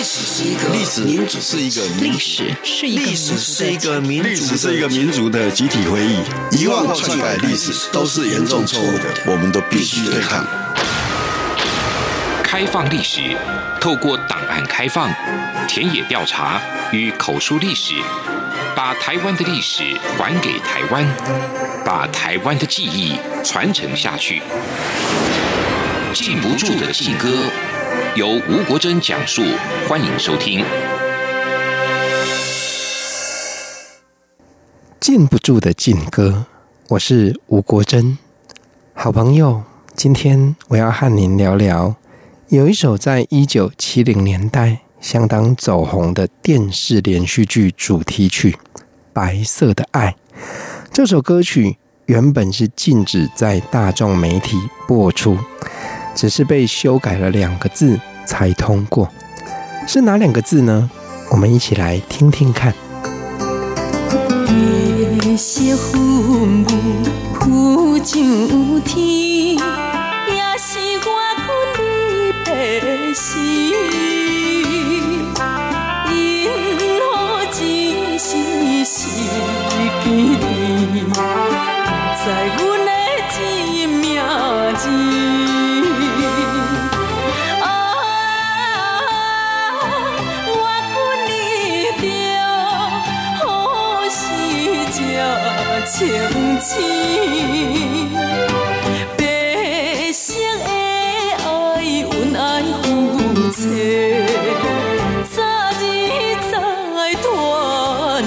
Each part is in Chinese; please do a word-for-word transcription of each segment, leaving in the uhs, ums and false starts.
史是一个历史民主是一个历史是一个历史是一个民历史是一个民族的集体回忆， 遗忘或篡改历史都是严重错误的，我们都必须对抗。 开放历史，透过档案开放、田野调查与口述历史，把台湾的历史还给台湾，把台湾的记忆传承下去。禁不住的禁歌，由吴国珍讲述，欢迎收听。 禁不住的禁歌，我是吴国珍。好朋友，今天我要和您聊聊有一首在一九七零年代相当走红的电视连续剧主题曲《白色的爱》。这首歌曲原本是禁止在大众媒体播出，只是被修改了两个字才通过。是哪两个字呢？我们一起来听听看。 白色云雾浮上天，也是我困你白心，因何只是是记忆，在阮的真命前。情深，白色的爱，恩爱夫妻，早日再团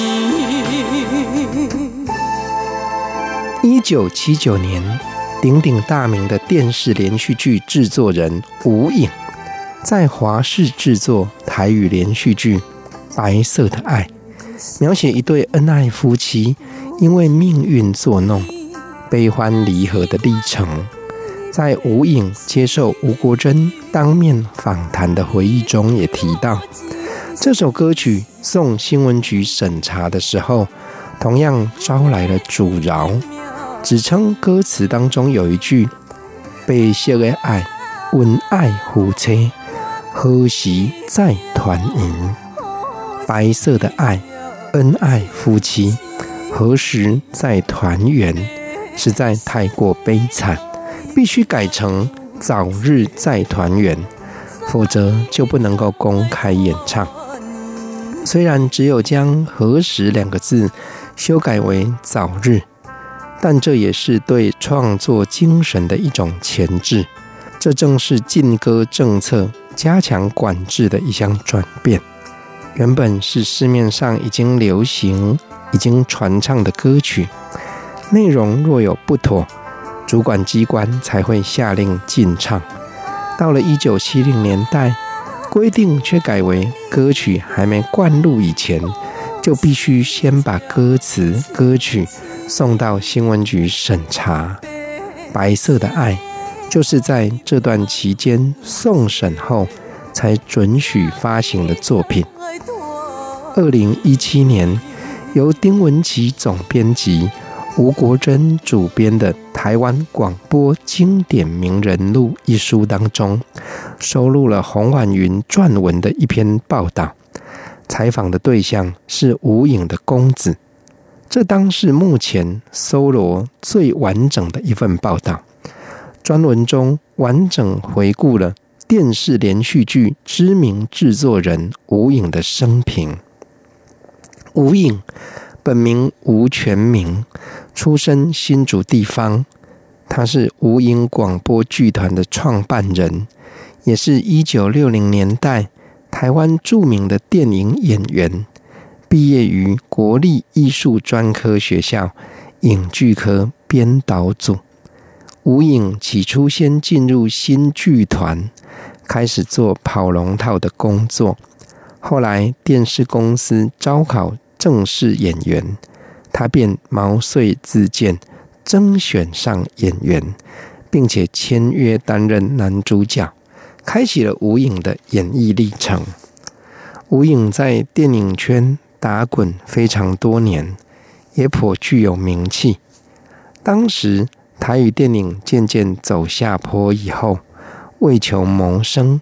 圆。 一九七九年，鼎鼎大名的电视连续剧制作人吴影，在华视制作台语连续剧《白色的爱》，描写一对恩爱夫妻因为命运作弄，悲欢离合的历程。在吴影接受吴国珍当面访谈的回忆中也提到，这首歌曲送新闻局审查的时候，同样招来了阻挠，指称歌词当中有一句“白色的爱，恩爱夫妻，何时再团圆？”白色的爱，恩爱夫妻，何时再团圆？实在太过悲惨，必须改成早日再团圆，否则就不能够公开演唱。虽然只有将何时两个字修改为早日，但这也是对创作精神的一种钳制。这正是禁歌政策加强管制的一项转变。原本是市面上已经流行、已经传唱的歌曲，内容若有不妥，主管机关才会下令禁唱。到了一九七零年代，规定却改为歌曲还没灌录以前，就必须先把歌词、歌曲送到新闻局审查。白色的爱就是在这段期间送审后才准许发行的作品。二零一七年，由丁文琪总编辑、吴国珍主编的《台湾广播经典名人录》一书当中，收录了洪婉云撰文的一篇报道。采访的对象是吴影的公子，这当是目前搜罗最完整的一份报道。专文中完整回顾了电视连续剧知名制作人吴影的生平。吴影本名吴全明，出身新竹地方。他是吴影广播剧团的创办人，也是一九六零年代台湾著名的电影演员，毕业于国立艺术专科学校影剧科编导组。吴影起初先进入新剧团，开始做跑龙套的工作，后来电视公司招考正式演员，他便毛遂自荐，征选上演员，并且签约担任男主角，开启了吴影的演艺历程。吴影在电影圈打滚非常多年，也颇具有名气。当时台语电影渐渐走下坡以后，为求谋生，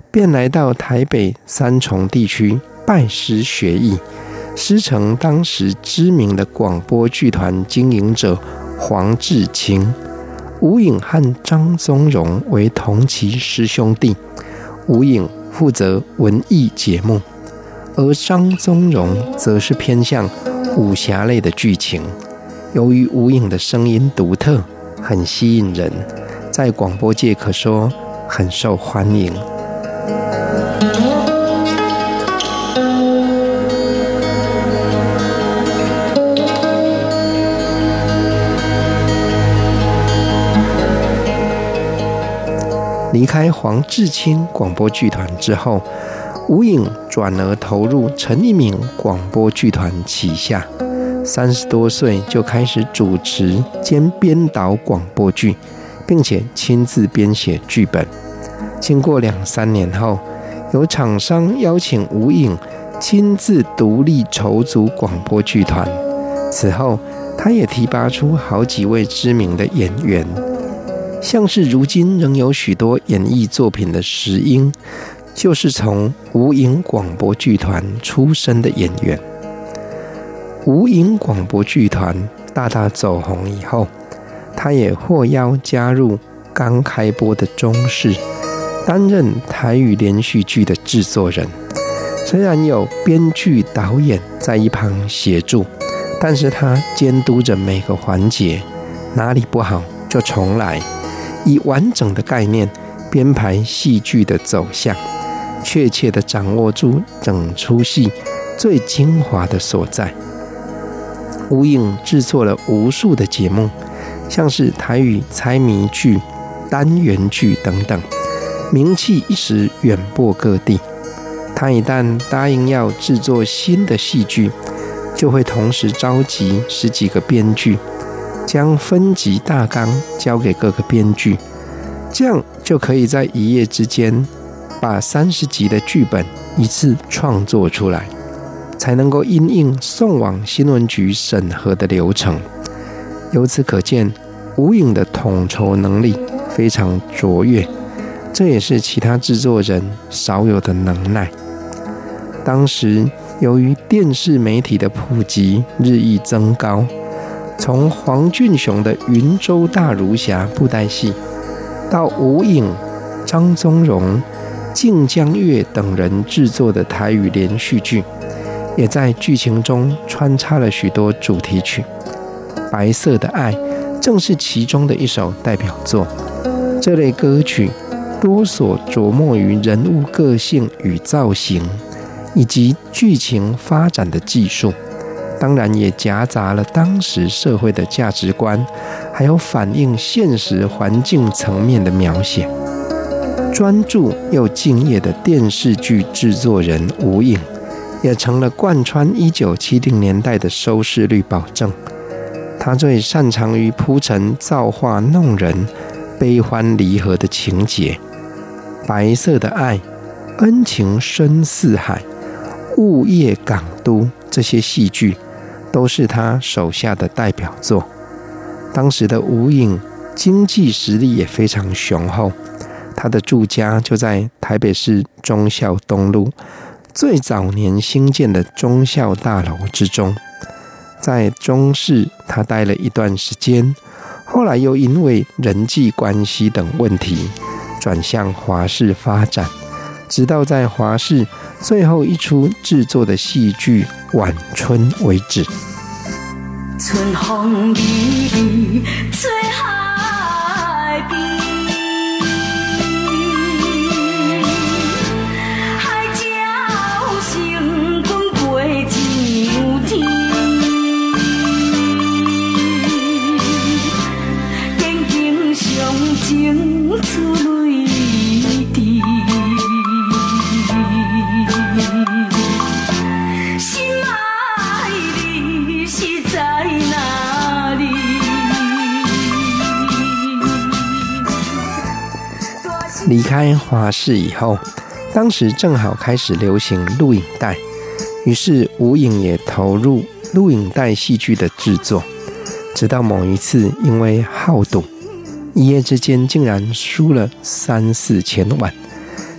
便来到台北三重地区拜师学艺，师承当时知名的广播剧团经营者黄志清。吴颖和张宗荣为同期师兄弟，吴颖负责文艺节目，而张宗荣则是偏向武侠类的剧情。由于吴颖的声音独特，很吸引人，在广播界可说很受欢迎。离开黄志清广播剧团之后，吴颖转而投入陈一鸣广播剧团旗下，三十多岁就开始主持兼编导广播剧，并且亲自编写剧本。经过两三年后，有厂商邀请吴颖亲自独立筹组广播剧团。此后，他也提拔出好几位知名的演员，像是如今仍有许多演艺作品的石英，就是从吴颖广播剧团出身的演员。吴颖广播剧团大大走红以后，他也获邀加入刚开播的中视，担任台语连续剧的制作人。虽然有编剧导演在一旁协助，但是他监督着每个环节，哪里不好就重来，以完整的概念编排戏剧的走向，确切地掌握住整出戏最精华的所在。吴颖制作了无数的节目，像是台语猜谜剧、单元剧等等，名气一时远播各地。他一旦答应要制作新的戏剧，就会同时召集十几个编剧，将分集大纲交给各个编剧，这样就可以在一夜之间把三十集的剧本一次创作出来，才能够因应送往新闻局审核的流程。由此可见，吴颖的统筹能力非常卓越，这也是其他制作人少有的能耐。当时由于电视媒体的普及日益增高，从黄俊雄的《云州大儒侠》布袋戏，到吴颖、张宗荣、晋江月等人制作的台语连续剧，也在剧情中穿插了许多主题曲。《白色的爱》正是其中的一首代表作。这类歌曲多所琢磨于人物个性与造型，以及剧情发展的技术，当然也夹杂了当时社会的价值观，还有反映现实环境层面的描写。专注又敬业的电视剧制作人吴颖，也成了贯穿一九七零年代的收视率保证。他最擅长于铺陈造化弄人、悲欢离合的情节。白色的爱、恩情深似海、雾夜港都这些戏剧都是他手下的代表作。当时的吴颖经济实力也非常雄厚，他的住家就在台北市忠孝东路最早年兴建的忠孝大楼之中。在中视他待了一段时间，后来又因为人际关系等问题转向华视发展，直到在华视最后一出制作的戏剧《晚春》为止。 春风微微吹海边，海鸟成群飞上天，坚强上情出泪滴。 离开华视以后，当时正好开始流行录影带，于是吴颖也投入录影带戏剧的制作。直到某一次因为好赌，一夜之间竟然输了三四千万，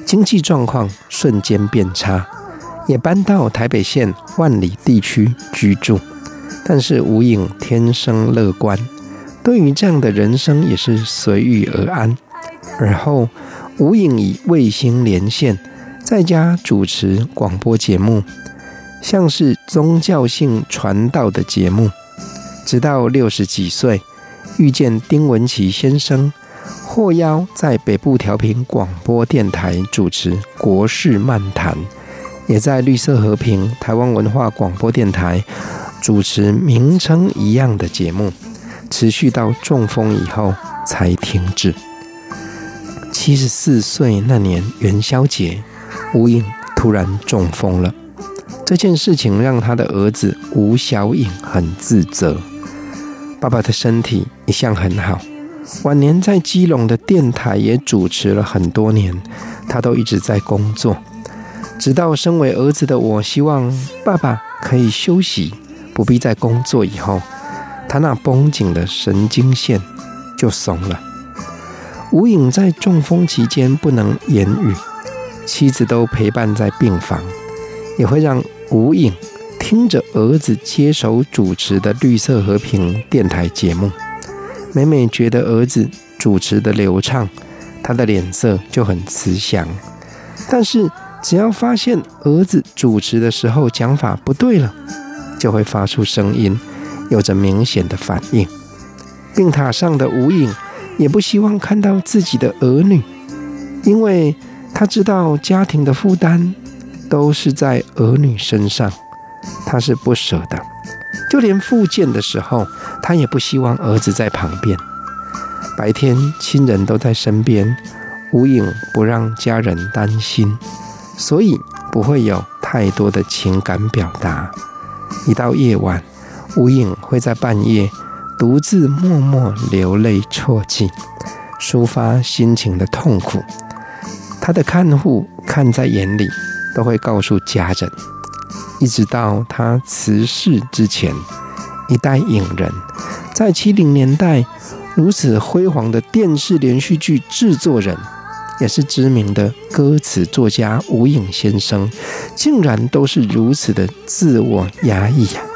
经济状况瞬间变差，也搬到台北县万里地区居住。但是吴颖天生乐观，对于这样的人生也是随遇而安。而后吴颖以卫星连线，在家主持广播节目，像是宗教性传道的节目，直到六十几岁遇见丁文琪先生，获邀在北部调频广播电台主持国事漫谈，也在绿色和平台湾文化广播电台主持名称一样的节目，持续到中风以后才停止。七十四岁那年元宵节，吴颖突然中风了。这件事情让他的儿子吴小颖很自责。爸爸的身体一向很好，晚年在基隆的电台也主持了很多年，他都一直在工作。直到身为儿子的我希望爸爸可以休息，不必再工作以后，他那绷紧的神经线就松了。吴颖在中风期间不能言语，妻子都陪伴在病房，也会让吴颖听着儿子接手主持的绿色和平电台节目，每每觉得儿子主持的流畅，他的脸色就很慈祥。但是只要发现儿子主持的时候讲法不对了，就会发出声音，有着明显的反应。病榻上的吴颖也不希望看到自己的儿女，因为他知道家庭的负担都是在儿女身上，他是不舍的。就连复健的时候，他也不希望儿子在旁边。白天亲人都在身边，吴颖不让家人担心，所以不会有太多的情感表达。一到夜晚，吴颖会在半夜独自默默流泪啜泣，抒发心情的痛苦。他的看护看在眼里，都会告诉家人。一直到他辞世之前，一代影人，在七零年代如此辉煌的电视连续剧制作人，也是知名的歌词作家吴颖先生，竟然都是如此的自我压抑啊！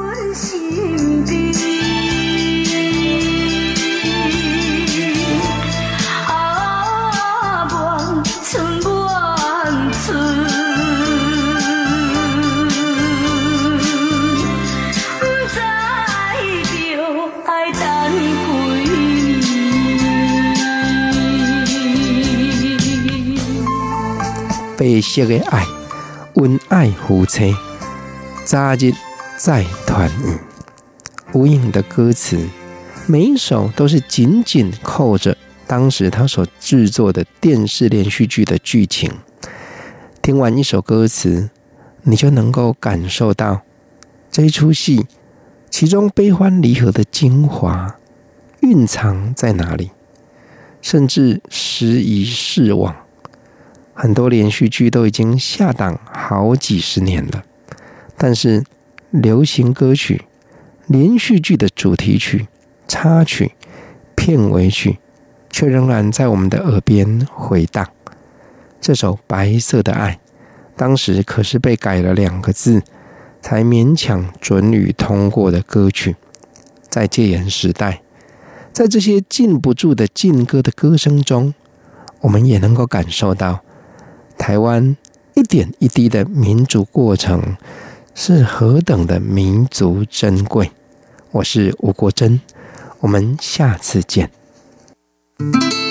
白色的爱，恩爱夫妻，早日再团圆。吴颖的歌词，每一首都是紧紧扣着当时他所制作的电视连续剧的剧情。听完一首歌词，你就能够感受到这一出戏其中悲欢离合的精华蕴藏在哪里，甚至时移世往。很多连续剧都已经下档好几十年了，但是流行歌曲、连续剧的主题曲、插曲、片尾曲却仍然在我们的耳边回荡。这首《白色的爱》当时可是被改了两个字才勉强准予通过的歌曲。在戒严时代，在这些禁不住的禁歌的歌声中，我们也能够感受到台湾一点一滴的民主过程是何等的弥足珍贵。我是吴国珍，我们下次见。